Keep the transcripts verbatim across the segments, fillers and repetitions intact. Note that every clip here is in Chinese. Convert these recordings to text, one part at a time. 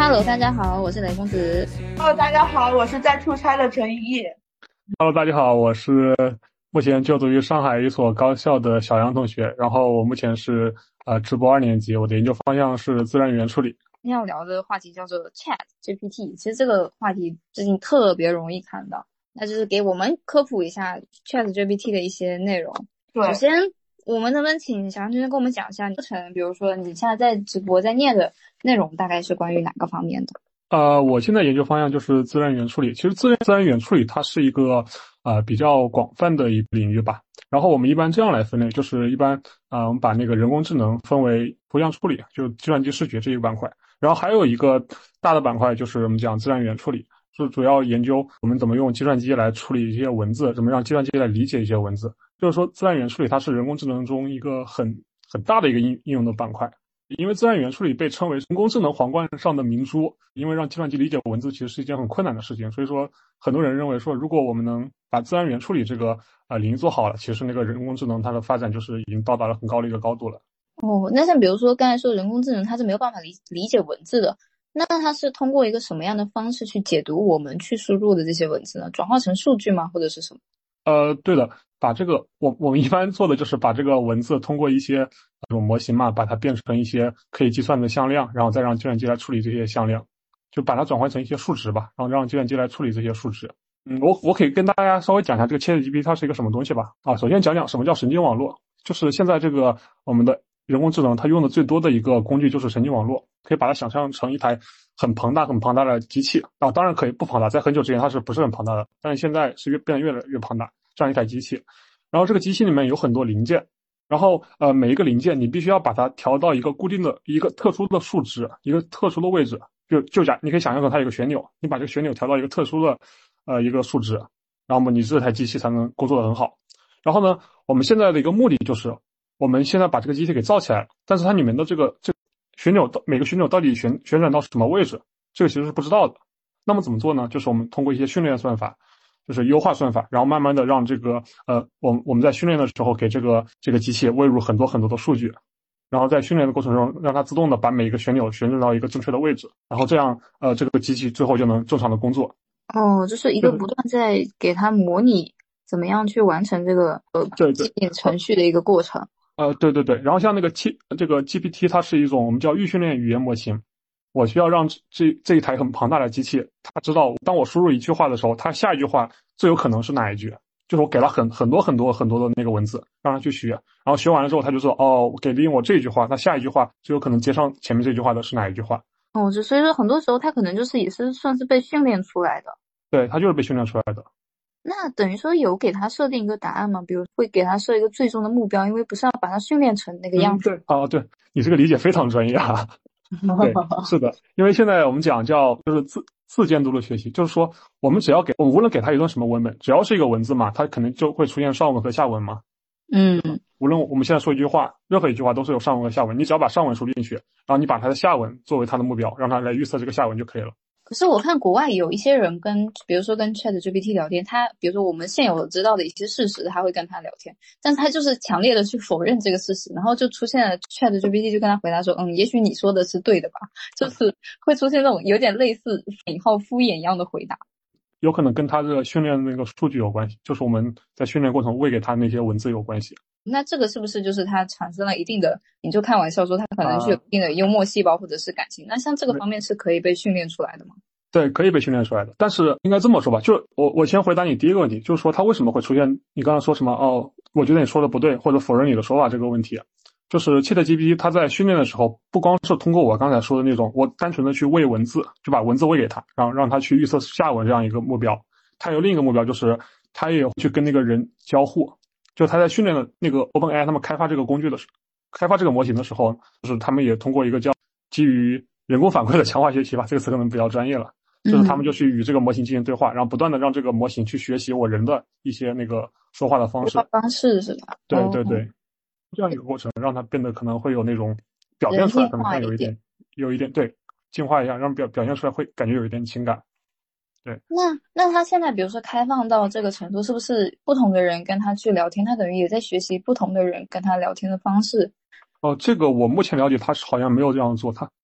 Hello，大家好，我是雷公子。 Hello，大家好，我是在出差的陈怡。 Hello，大家好，我是目前就读于上海一所高校的小杨同学，然后我目前是呃直播二年级，我的研究方向是自然语言处理。 今天要聊的话题叫做 Chat G P T， 其实这个话题最近特别容易看到，那就是给我们科普一下 Chat G P T 的一些内容。首先，我们能不能请小杨同学跟我们讲一下课程，比如说你现在在直播在念的内容大概是关于哪个方面的？ 呃，我现在研究方向就是自然语言处理。其实自然自然语言处理它是一个呃比较广泛的一个领域吧。然后我们一般这样来分类，就是一般啊、呃、我们把那个人工智能分为图像处理，就计算机视觉这一个板块。然后还有一个大的板块就是我们讲自然语言处理，是主要研究我们怎么用计算机来处理一些文字，怎么让计算机来理解一些文字。就是说自然语言处理它是人工智能中一个很很大的一个应应用的板块。因为自然语言处理被称为人工智能皇冠上的明珠，因为让计算机理解文字其实是一件很困难的事情，所以说很多人认为说，如果我们能把自然语言处理这个呃领域做好了，其实那个人工智能它的发展就是已经到达了很高的一个高度了。 哦，那像比如说刚才说人工智能它是没有办法理理解文字的，那它是通过一个什么样的方式去解读我们去输入的这些文字呢？转化成数据吗？或者是什么？ 呃，对的，把这个我我们一般做的就是把这个文字通过一些这种模型嘛，把它变成一些可以计算的向量，然后再让计算机来处理这些向量，就把它转换成一些数值吧，然后让计算机来处理这些数值。嗯，我我可以跟大家稍微讲一下这个 ChatGPT 它是一个什么东西吧。啊，首先讲讲什么叫神经网络，就是现在这个我们的人工智能它用的最多的一个工具就是神经网络，可以把它想象成一台很庞大很庞大的机器啊，当然可以不庞大，在很久之前它是不是很庞大的，但是现在是越变得越来越庞大，这样一台机器。然后这个机器里面有很多零件，然后呃每一个零件你必须要把它调到一个固定的一个特殊的数值，一个特殊的位置，就就假你可以想象成它有个旋钮，你把这个旋钮调到一个特殊的呃一个数值，然后你这台机器才能工作得很好。然后呢，我们现在的一个目的就是我们现在把这个机器给造起来了，但是它里面的这个这个旋钮每个旋钮到底旋旋转到什么位置，这个其实是不知道的。那么怎么做呢？就是我们通过一些训练算法，就是优化算法，然后慢慢的让这个呃，我我们在训练的时候给这个这个机器喂入很多很多的数据，然后在训练的过程中让它自动的把每一个旋钮旋转到一个正确的位置，然后这样呃这个机器最后就能正常的工作。 哦，就是一个不断在给它模拟怎么样去完成这个呃对对基本程序的一个过程。 呃，对对对，然后像那个 T 这个 G P T 它是一种我们叫预训练语言模型，我需要让这这一台很庞大的机器，它知道当我输入一句话的时候，它下一句话最有可能是哪一句，就是我给了很很多很多很多的那个文字让它去学，然后学完了之后，它就说哦，给定我这一句话，那下一句话最有可能接上前面这句话的是哪一句话。 哦，就所以说很多时候它可能就是也是算是被训练出来的。 对，它就是被训练出来的。 那等于说有给他设定一个答案吗？比如会给他设一个最终的目标，因为不是要把它训练成那个样子。 嗯，对，哦，对，你这个理解非常专业啊。对，是的，因为现在我们讲叫就是自自监督的学习，就是说我们只要给我们无论给他一段什么文本，只要是一个文字嘛，它可能就会出现上文和下文嘛。 嗯， 无论我们现在说一句话，任何一句话都是有上文和下文，你只要把上文输进去，然后你把它的下文作为它的目标，让它来预测这个下文就可以了。 可是我看国外有一些人跟，比如说跟 ChatGPT 聊天，他比如说我们现有知道的一些事实，他会跟他聊天，但是他就是强烈的去否认这个事实，然后就出现了 ChatGPT 就跟他回答说，嗯，也许你说的是对的吧，就是会出现那种有点类似引号敷衍一样的回答。 有可能跟他的训练那个数据有关系，就是我们在训练过程喂给他那些文字有关系。 那这个是不是就是他产生了一定的，你就开玩笑说他可能是有一定的幽默细胞或者是感情，那像这个方面是可以被训练出来的吗？ 对，可以被训练出来的。但是应该这么说吧，就是我我先回答你第一个问题，就是说他为什么会出现你刚才说什么哦，我觉得你说的不对，或者否认你的说法这个问题。就是 ChatGPT 它在训练的时候，不光是通过我刚才说的那种，我单纯的去喂文字，就把文字喂给他，然后让他去预测下文这样一个目标。他有另一个目标，就是他也去跟那个人交互。就他在训练的那个 OpenAI 他们开发这个工具的时候，开发这个模型的时候，就是他们也通过一个叫基于人工反馈的强化学习吧，这个词可能比较专业了，就是他们就去与这个模型进行对话，然后不断的让这个模型去学习我人的一些那个说话的方式。 方式是吧？ 对对对，这样一个过程让它变得可能会有那种表现出来，可能像有一点有一点对进化一样，让表表现出来会感觉有一点情感。对， 那那他现在比如说开放到这个程度，是不是不同的人跟他去聊天，他等于也在学习不同的人跟他聊天的方式？ 哦，这个我目前了解他好像没有这样做，他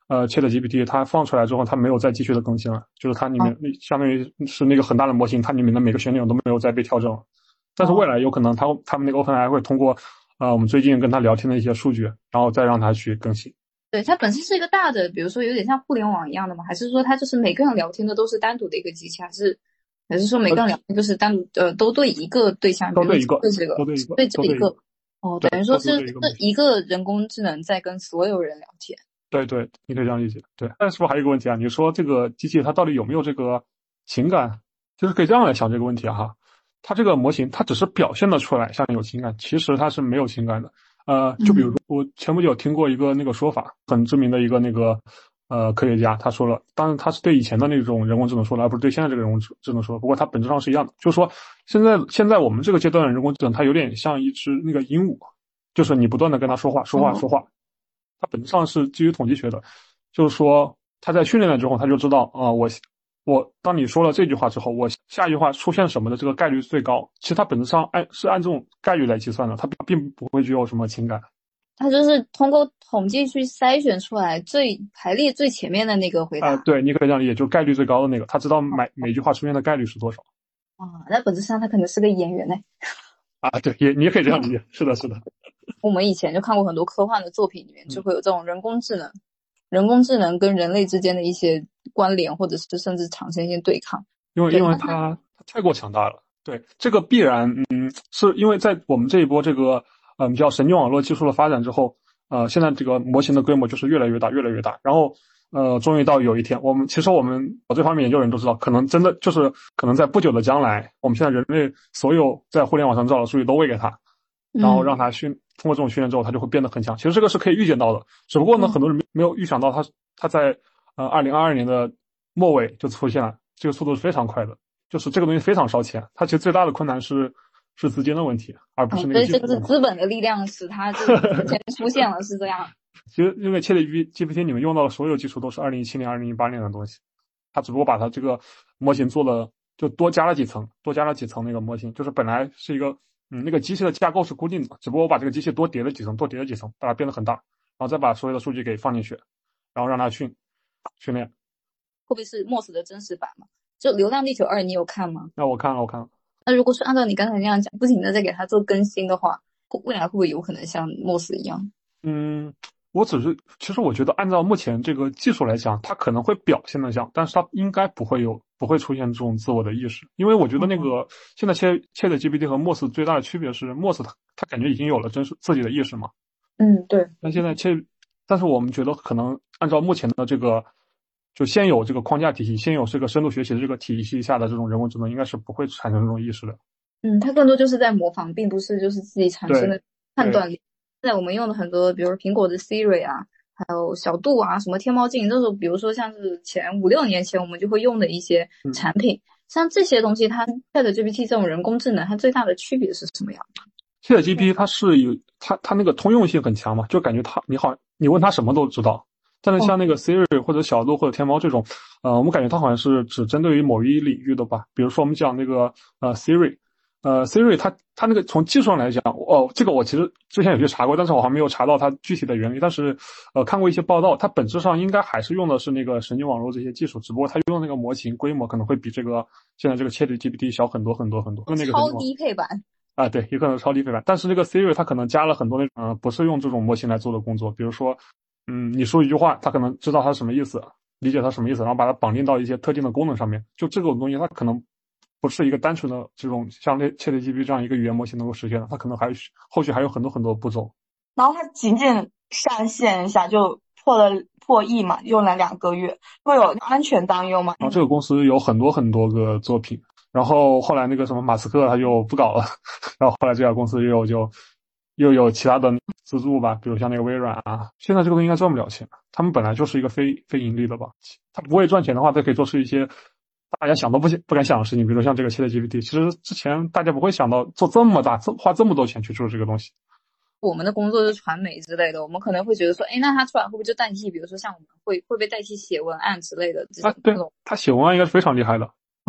呃 ChatGPT 它放出来之后，它没有再继续的更新了，就是它里面那相当于是那个很大的模型，它里面的每个旋钮都没有再被调整了。但是未来有可能它他们那个 OpenAI 会通过呃我们最近跟他聊天的一些数据，然后再让它去更新。 对，它本身是一个大的，比如说有点像互联网一样的吗？还是说它就是每个人聊天的都是单独的一个机器，还是还是说每个人聊天就是单独呃都对一个对象， 都对一个， 对这个， 都对一个， 对这一个。哦，等于说是是一个人工智能在跟所有人聊天。 对对，你可以这样理解。对，但是不是还有一个问题啊？你说这个机器它到底有没有这个情感？就是可以这样来想这个问题哈。它这个模型它只是表现的出来像有情感，其实它是没有情感的。呃，就比如说我前不久听过一个那个说法，很知名的一个那个呃科学家，他说了，当然他是对以前的那种人工智能说的，而不是对现在这个人工智能说的。不过它本质上是一样的，就是说现在现在我们这个阶段的人工智能，它有点像一只那个鹦鹉，就是你不断的跟它说话，说话，说话。它本质上是基于统计学的，就是说它在训练了之后，它就知道啊、呃，我我当你说了这句话之后，我下一句话出现什么的这个概率最高。其实它本质上按是按这种概率来计算的，它并不会具有什么情感。 它就是通过统计去筛选出来最排列最前面的那个回答。 啊、呃，对，你可以这样理解，就是概率最高的那个，他知道每每句话出现的概率是多少。 啊，那本质上他可能是个演员呢。 啊，对，也你也可以这样理解，是的，是的。 我们以前就看过很多科幻的作品，里面就会有这种人工智能，嗯、人工智能跟人类之间的一些关联，或者是甚至产生一些对抗。 因为因为它太过强大了，对，这个必然，嗯，是因为在我们这一波这个嗯叫神经网络技术的发展之后，呃，现在这个模型的规模就是越来越大，越来越大，然后呃，终于到有一天，我们其实我们我这方面研究人都知道，可能真的就是可能在不久的将来，我们现在人类所有在互联网上找的数据都喂给它。然后让它训通过这种训练之后，它就会变得很强。其实这个是可以预见到的，只不过呢，很多人没有预想到它它在呃二零二二年的末尾就出现了，这个速度是非常快的。就是这个东西非常烧钱，它其实最大的困难是是资金的问题，而不是那个技术的问题。 所以这个是资本的力量使它就之前出现了，是这样。 其实因为 ChatGPT 你们用到的所有技术都是二零一七年、二零一八年的东西，它只不过把它这个模型做了就多加了几层，多加了几层那个模型，就是本来是一个。嗯，那个机器的架构是固定的，只不过我把这个机器多叠了几层，多叠了几层，把它变得很大，然后再把所有的数据给放进去，然后让它训训练。 会不会是 M O S 的真实版嘛？就《流浪地球二》，你有看吗？ 那我看了，我看了。 那如果是按照你刚才那样讲，不停的在给它做更新的话，未来会不会有可能像 M O S 一样？ 嗯，我只是，其实我觉得按照目前这个技术来讲，它可能会表现得像，但是它应该不会有。不会出现这种自我的意识，因为我觉得那个、嗯、现在 ChatGPT 和 M O S 最大的区别是 M O S 它它感觉已经有了真实自己的意识嘛。 嗯，对。 那现在 Chat， 但是我们觉得可能按照目前的这个就现有这个框架体系，现有这个深度学习的这个体系下的这种人工智能，应该是不会产生这种意识的。 嗯，它更多就是在模仿，并不是就是自己产生的判断力。现在我们用的很多，比如苹果的 Siri 啊。还有小度啊，什么天猫镜，这种比如说像是前五六年前我们就会用的一些产品，嗯、像这些东西，它 ChatGPT 这种人工智能，它最大的区别是什么样的 ？ChatGPT 它是有它它那个通用性很强嘛，就感觉它你好，你问它什么都知道。但是像那个 Siri 或者小度或者天猫这种，呃，我们感觉它好像是只针对于某一领域的吧。比如说我们讲那个呃 Siri。呃 ，Siri 它它那个从技术上来讲，哦，这个我其实之前有去查过，但是我还没有查到它具体的原理。但是，呃，看过一些报道，它本质上应该还是用的是那个神经网络这些技术，只不过它用的那个模型规模可能会比这个现在这个 ChatGPT 小很多很多很多。跟那个超低配版啊，对，有可能是超低配版。但是这个 Siri 它可能加了很多那种、呃、不是用这种模型来做的工作，比如说，嗯，你说一句话，它可能知道它什么意思，理解它什么意思，然后把它绑定到一些特定的功能上面。就这种东西，它可能。不是一个单纯的这种像 ChatGPT 这样一个语言模型能够实现的，它可能还后续还有很多很多步骤。 然后它仅仅上线一下就破了破亿嘛，用了两个月，会有安全担忧吗？ 然后这个公司有很多很多个作品，然后后来那个什么马斯克他就不搞了，然后后来这家公司又就又有其他的资助吧，比如像那个微软啊，现在这个东西应该赚不了钱，他们本来就是一个非非盈利的吧，他不会赚钱的话，他可以做出一些。大家想都不不敢想的事情，比如说像这个 ChatGPT， 其实之前大家不会想到做这么大，花这么多钱去做这个东西。 我们的工作是传媒之类的，我们可能会觉得说，哎，那它出来会不会就代替，比如说像我们会会被代替写文案之类的这种？ 啊，对，他写文案应该是非常厉害的。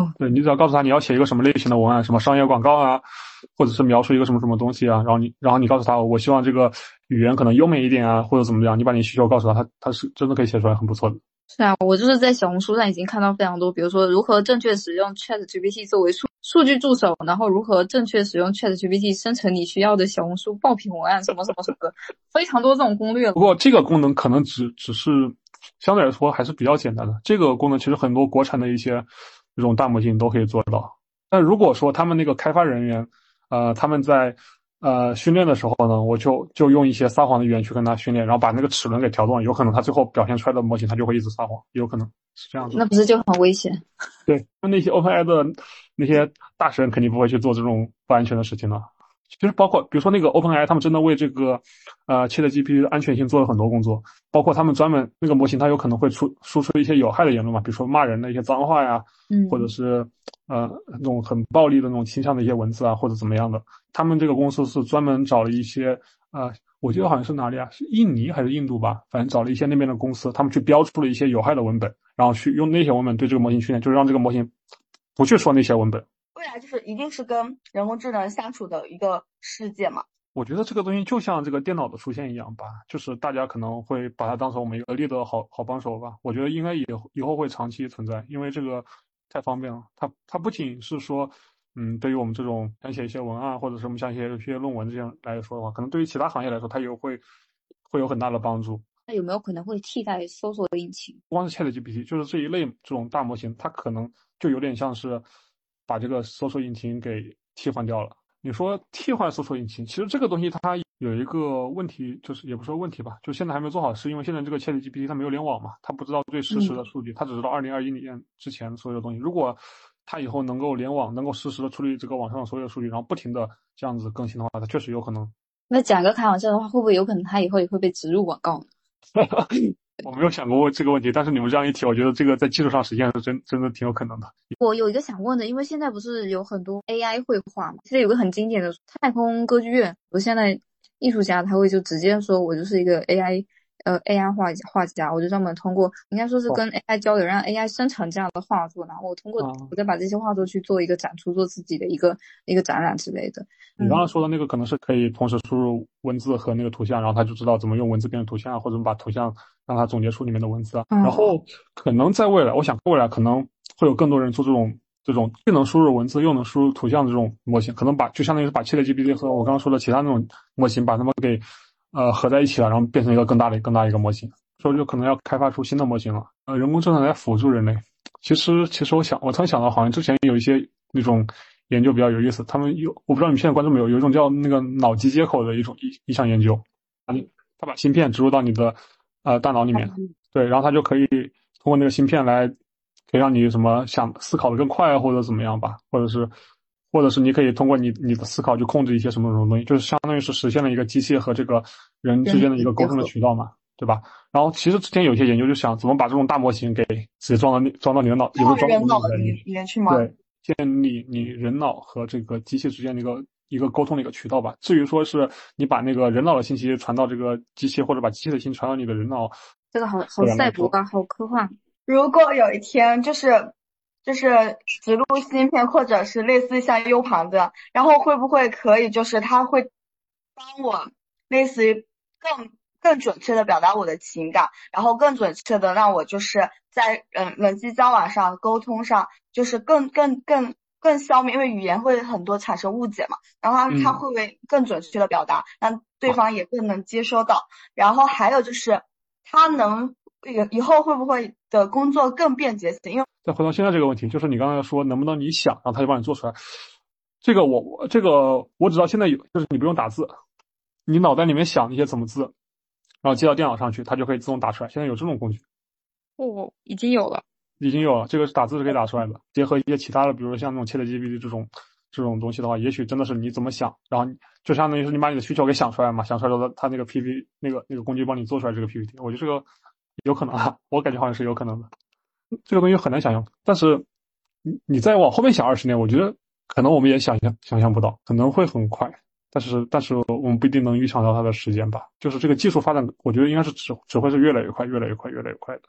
对，你只要告诉他你要写一个什么类型的文案，什么商业广告啊，或者是描述一个什么什么东西啊，然后你然后你告诉他我希望这个语言可能优美一点啊，或者怎么样，你把你需求告诉他，他他是真的可以写出来很不错的。 是啊，我就是在小红书上已经看到非常多，比如说如何正确使用 ChatGPT 作为数数据助手，然后如何正确使用 ChatGPT 生成你需要的小红书爆品文案，什么什么什么的，非常多这种攻略。 不过这个功能可能只只是相对来说还是比较简单的，这个功能其实很多国产的一些这种大模型都可以做到。但如果说他们那个开发人员，呃，他们在呃训练的时候呢，我就就用一些撒谎的语言去跟他训练，然后把那个齿轮给调动，有可能他最后表现出来的模型他就会一直撒谎，有可能是这样子。 那不是就很危险？ 对，那些 OpenAI 的那些大神肯定不会去做这种不安全的事情的。其实包括比如说那个 OpenAI 他们真的为这个呃 ChatGPT 的安全性做了很多工作，包括他们专门那个模型它有可能会出输出一些有害的言论嘛，比如说骂人的一些脏话呀， 嗯， 或者是呃那种很暴力的那种倾向的一些文字啊，或者怎么样的。他们这个公司是专门找了一些呃我记得好像是哪里啊，是印尼还是印度吧，反正找了一些那边的公司，他们去标出了一些有害的文本，然后去用那些文本对这个模型训练，就是让这个模型不去说那些文本。 未来就是一定是跟人工智能相处的一个世界嘛。 我觉得这个东西就像这个电脑的出现一样吧，就是大家可能会把它当成我们一个力的好好帮手吧。我觉得应该也以后会长期存在，因为这个太方便了。它它不仅是说，嗯，对于我们这种想写一些文案或者是我们想写一些论文这样来说的话，可能对于其他行业来说，它也会会有很大的帮助。 那有没有可能会替代搜索引擎？ 不光是 ChatGPT，就是这一类这种大模型，它可能就有点像是把这个搜索引擎给替换掉了。你说替换搜索引擎，其实这个东西它有一个问题，就是也不是说问题吧，就现在还没有做好，是因为现在这个 ChatGPT 它没有联网嘛，它不知道最实时的数据，它只知道二零二一年之前所有的东西。如果它以后能够联网，能够实时的处理这个网上所有的数据，然后不停的这样子更新的话，它确实有可能。 那讲个开玩笑的话，会不会有可能它以后也会被植入广告呢？ 我没有想过这个问题，但是你们这样一提，我觉得这个在技术上实现是真真的挺有可能的。 我有一个想问的，因为现在不是有很多 A I 绘画嘛，现在有个很经典的太空歌剧院，我现在艺术家他会就直接说我就是一个 A I 呃 A I 画画家，我就专门通过应该说是跟 A I 交流，让 A I 生成这样的画作，然后我通过我再把这些画作去做一个展出，做自己的一个一个展览之类的。 你刚刚说的那个可能是可以同时输入文字和那个图像，然后他就知道怎么用文字变成图像，或者把图像让他总结出里面的文字啊。然后可能在未来，我想未来可能会有更多人做这种这种既能输入文字又能输入图像的这种模型，可能把就相当于是把 ChatGPT 和我刚刚说的其他那种模型把它们给呃合在一起了，然后变成一个更大的更大一个模型，所以就可能要开发出新的模型了。呃，人工智能来辅助人类。其实其实我想我突然想到，好像之前有一些那种研究比较有意思，他们有我不知道你们现在关注没有，有一种叫那个脑机接口的一种一一项研究，他把芯片植入到你的呃大脑里面，对，然后他就可以通过那个芯片来可以让你什么想思考的更快或者怎么样吧，或者是或者是你可以通过你你的思考去控制一些什么什么东西，就是相当于是实现了一个机械和这个人之间的一个沟通的渠道嘛，对吧？然后其实之前有些研究就想怎么把这种大模型给直接装到你装到你的脑，也不是装到人脑里面去吗？ 对，建立你人脑和这个机器之间的一个一个沟通的一个渠道吧。至于说是你把那个人脑的信息传到这个机器，或者把机器的信息传到你的人脑， 这个好好赛博啊，好科幻。 如果有一天就是就是植入芯片，或者是类似像 U 盘的，然后会不会可以就是它会帮我类似于更更准确的表达我的情感，然后更准确的让我就是在嗯人际交往上沟通上就是更更更更消灭，因为语言会很多产生误解嘛，然后它它会不会更准确的表达，让对方也更能接收到。然后还有就是它能以以后会不会的工作更便捷性？因为再回到现在这个问题，就是你刚才说能不能你想，然后他就帮你做出来。这个我我这个我只知道现在有，就是你不用打字，你脑袋里面想一些怎么字，然后接到电脑上去，它就可以自动打出来。现在有这种工具。 哦，已经有了， 已经有了，这个是打字是可以打出来的。结合一些其他的，比如说像那种 ChatGPT 这种这种东西的话，也许真的是你怎么想，然后就相当于是你把你的需求给想出来嘛，想出来之后，它那个 P P T 那个那个工具帮你做出来这个 P P T， 我觉得这个有可能啊，我感觉好像是有可能的。这个东西很难想象，但是你你再往后面想二十年，我觉得可能我们也想象想象不到，可能会很快，但是但是我们不一定能预想到它的时间吧。就是这个技术发展，我觉得应该是只只会是越来越快，越来越快，越来越快的。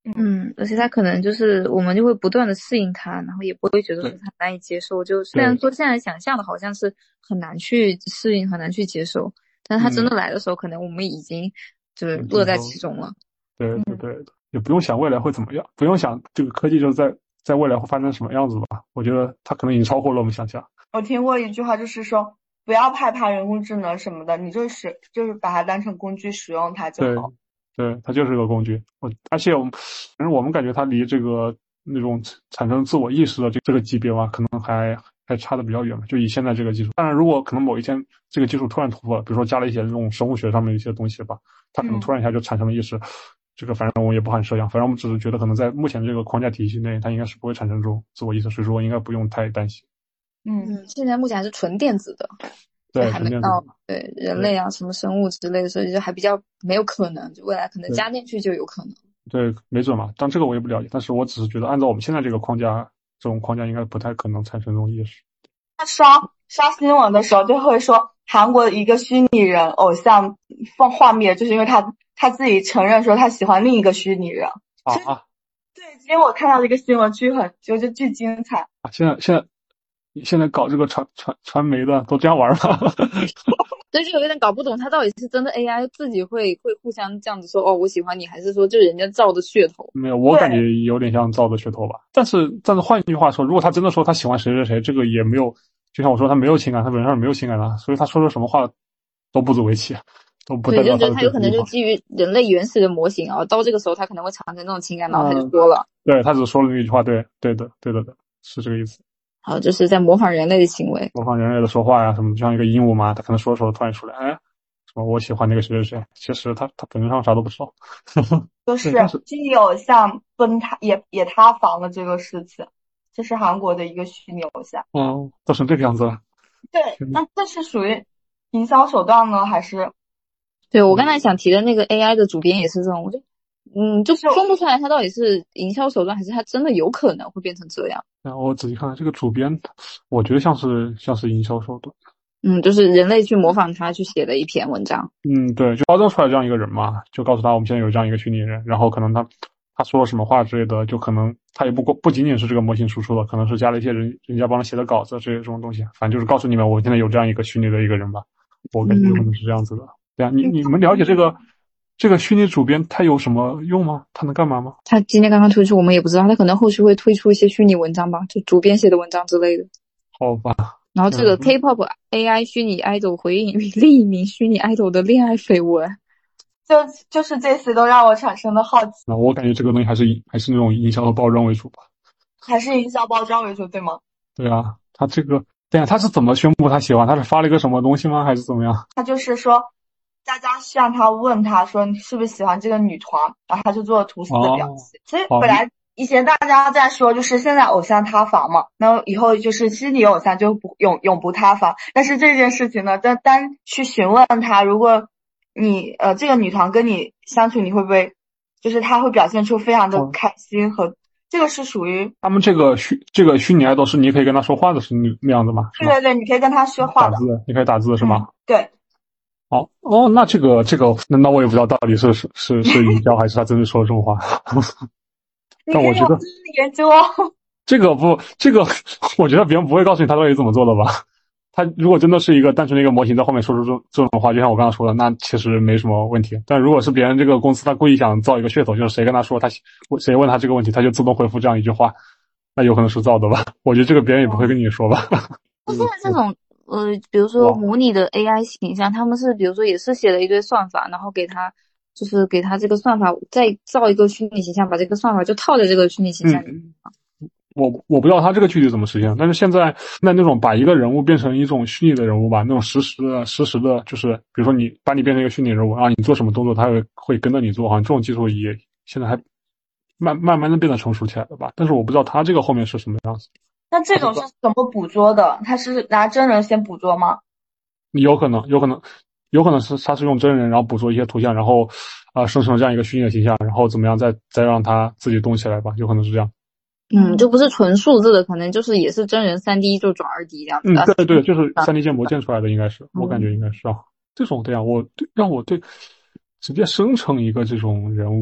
嗯，而且他可能就是我们就会不断的适应他，然后也不会觉得说他难以接受。就虽然说现在想象的好像是很难去适应、很难去接受，但是他真的来的时候，嗯、可能我们已经就是乐在其中了。 对对对的，也不用想未来会怎么样，不用想这个科技就在在未来会发生什么样子吧。我觉得它可能已经超过了我们想象。 我听过一句话，就是说不要害怕人工智能什么的，你就是就是把它当成工具使用它就好。 对，它就是个工具。我而且我们，反正我们感觉它离这个那种产生自我意识的这这个级别吧，可能还还差的比较远嘛。就以现在这个技术，当然如果可能某一天这个技术突然突破了，比如说加了一些这种生物学上面的一些东西吧，它可能突然一下就产生了意识。嗯、这个反正我们也不敢设想，反正我们只是觉得可能在目前这个框架体系内，它应该是不会产生这种自我意识，所以说应该不用太担心。 嗯，现在目前还是纯电子的。 对， 还没到对人类啊什么生物之类的，所以就还比较没有可能，就未来可能加进去就有可能。 对，没准嘛，但这个我也不了解，但是我只是觉得按照我们现在这个框架，这种框架应该不太可能产生这种意识。 他刷刷新闻的时候就会说韩国一个虚拟人偶像放幻灭，就是因为他他自己承认说他喜欢另一个虚拟人。 啊， 对，今天我看到这个新闻巨很就就巨精彩啊！现在现在现在搞这个传传传媒的都这样玩吗？ 对，就有点搞不懂，他到底是真的 A I 自己会会互相这样子说哦，我喜欢你，还是说就人家造的噱头？ 没有，我感觉有点像造的噱头吧。但是但是换一句话说，如果他真的说他喜欢谁谁谁，这个也没有，就像我说他没有情感，他本身上没有情感的，所以他说说什么话都不足为奇，都不代表他的。 对，就觉得他有可能就基于人类原始的模型啊，到这个时候他可能会产生这种情感，然后他就说了。 嗯、对他只说了那一句话，对对的对的对，是这个意思。 好，就是在模仿人类的行为， 模仿人类的说话呀什么的，就像一个鹦鹉嘛，他可能说着说着突然出来，哎，什么我喜欢那个谁谁谁，其实他他本质上啥都不知道。 就是虚拟偶像崩塌也也塌房了这个事情，这是韩国的一个虚拟偶像。 哦，都成这个样子了。 对，那这是属于营销手段呢，还是？ 对，我刚才想提的那个 A I 的主编也是这种，我就嗯，就说不出来他到底是营销手段，还是他真的有可能会变成这样。 然后我仔细看这个主编，我觉得像是像是营销手段。 嗯，就是人类去模仿他去写的一篇文章。 嗯，对，就包装出来这样一个人嘛，就告诉他我们现在有这样一个虚拟人，然后可能他他说了什么话之类的，就可能他也不过不仅仅是这个模型输出的，可能是加了一些人人家帮他写的稿子这些这种东西，反正就是告诉你们我现在有这样一个虚拟的一个人吧，我感觉有可能是这样子的。嗯、对啊，你你们了解这个这个虚拟主编他有什么用吗？他能干嘛吗？ 他今天刚刚推出，我们也不知道，他可能后续会推出一些虚拟文章吧，就主编写的文章之类的。 好吧。 然后这个 K-pop A I 虚拟 idol 回应另一名虚拟 idol 的恋爱绯闻， 就就是这些都让我产生了好奇。 那我感觉这个东西还是还是那种营销和包装为主吧， 还是营销包装为主，对吗？ 对啊，他这个对啊，他是怎么宣布他喜欢？他是发了一个什么东西吗？还是怎么样？ 他就是说，大家让他问他说你是不是喜欢这个女团，然后他就做了图示的表情。所以本来以前大家在说，就是现在偶像塌房嘛，那以后就是虚拟偶像就不永永不塌房。但是这件事情呢，单单去询问他，如果你呃这个女团跟你相处，你会不会就是他会表现出非常的开心和、哦、这个是属于他们这个虚这个虚拟爱豆是你可以跟他说话的，是那样的吗？ 对对对，你可以跟他说话的， 打字，你可以打字是吗？ 嗯、对。 哦哦，那这个这个，那那我也不知道到底是是是是营销还是他真的说了这种话。但我觉得研究哦， 这个不，这个我觉得别人不会告诉你他到底怎么做的吧？他如果真的是一个单纯的一个模型在后面说出这这种话，就像我刚刚说的，那其实没什么问题。但如果是别人这个公司他故意想造一个噱头，就是谁跟他说他谁问他这个问题，他就自动回复这样一句话，那有可能是造的吧？我觉得这个别人也不会跟你说吧。 现在这种呃，比如说模拟的 A I 形象，他们是比如说也是写了一堆算法，然后给他就是给他这个算法再造一个虚拟形象，把这个算法就套在这个虚拟形象里面。 嗯我我不知道他这个具体怎么实现，但是现在那那种把一个人物变成一种虚拟的人物吧，那种实时的实时的，就是比如说你把你变成一个虚拟人物，然后你做什么动作，他会会跟着你做，好像这种技术也现在还慢慢慢的变得成熟起来了吧？但是我不知道他这个后面是什么样子。 那这种是怎么捕捉的？他是拿真人先捕捉吗？ 有可能，有可能，有可能是他是用真人，然后捕捉一些图像，然后啊、呃、生成这样一个虚拟的形象，然后怎么样再再让他自己动起来吧？有可能是这样。 嗯，就不是纯数字的，可能就是也是真人 三 D 就转 二 D 这样子。 嗯，对对，就是 三 D 建模建出来的，应该是，我感觉应该是啊。这种对啊，我对让我对直接生成一个这种人物，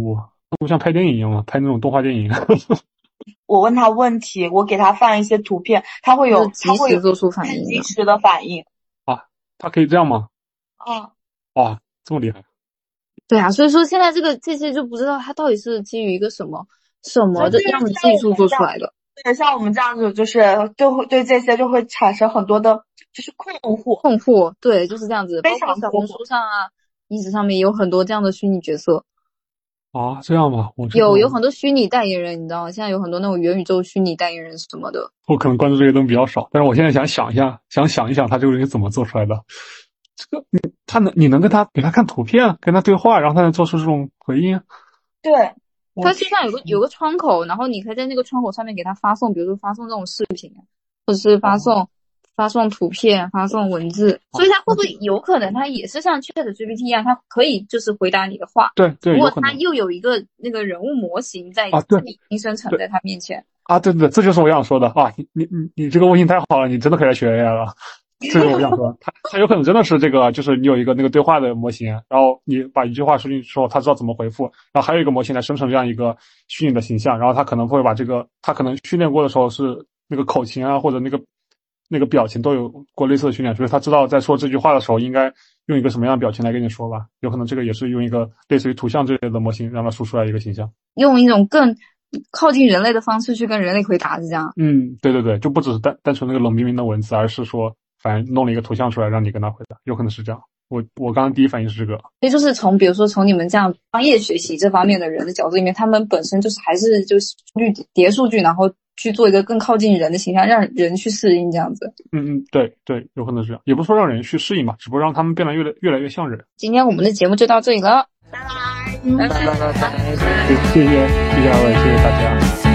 不像拍电影一样嘛，拍那种动画电影。 我问他问题，我给他放一些图片，他会有及时做出反应， 及时的反应。 啊，他可以这样吗？ 啊， 哇，这么厉害！ 对啊，所以说现在这个这些就不知道它到底是基于一个什么什么的样的技术做出来的。 对，像我们这样子，就是就会对这些就会产生很多的，就是困惑。 困惑，对，就是这样子。 非常包括小红书上啊、一直上面有很多这样的虚拟角色。 啊，这样吗？我有有很多虚拟代言人，你知道吗？现在有很多那种元宇宙虚拟代言人什么的。 我可能关注这些东西比较少，但是我现在想想一下，想想一想他这个人是怎么做出来的。这个你他能你能跟他给他看图片，跟他对话，然后他能做出这种回应。 对， 它实际上有个有个窗口，然后你可以在那个窗口上面给他发送，比如说发送这种视频，或者是发送、哦、发送图片、发送文字。所以它会不会有可能它也是像 ChatGPT 一样，它可以就是回答你的话？ 对对， 如果它又有一个那个人物模型在啊，对， 已经生成在它面前啊，对对，这就是我想说的啊！你你你你这个问题太好了，你真的可以来学 A I 了。这是我想说，他他有可能真的是这个，就是你有一个那个对话的模型，然后你把一句话说进去之后，他知道怎么回复，然后还有一个模型来生成这样一个虚拟的形象，然后他可能会把这个，他可能训练过的时候是那个口型啊或者那个那个表情都有过类似的训练，所以他知道在说这句话的时候应该用一个什么样的表情来跟你说吧。有可能这个也是用一个类似于图像之类的模型让它输出来一个形象， 用一种更靠近人类的方式去跟人类回答，是这样。 嗯，对对对，就不只是单单纯那个冷冰冰的文字，而是说反正弄了一个图像出来让你跟他回答，有可能是这样。我我刚刚第一反应是这个。 所以就是从比如说从你们这样专业学习这方面的人的角度里面，他们本身就是还是就是叠数据，然后去做一个更靠近人的形象，让人去适应这样子。 嗯嗯，对对，有可能是这样，也不是说让人去适应吧，只不过让他们变得越来越来越像人。 今天我们的节目就到这里了， 拜拜， 拜拜拜拜， 谢谢谢谢二位，谢谢大家。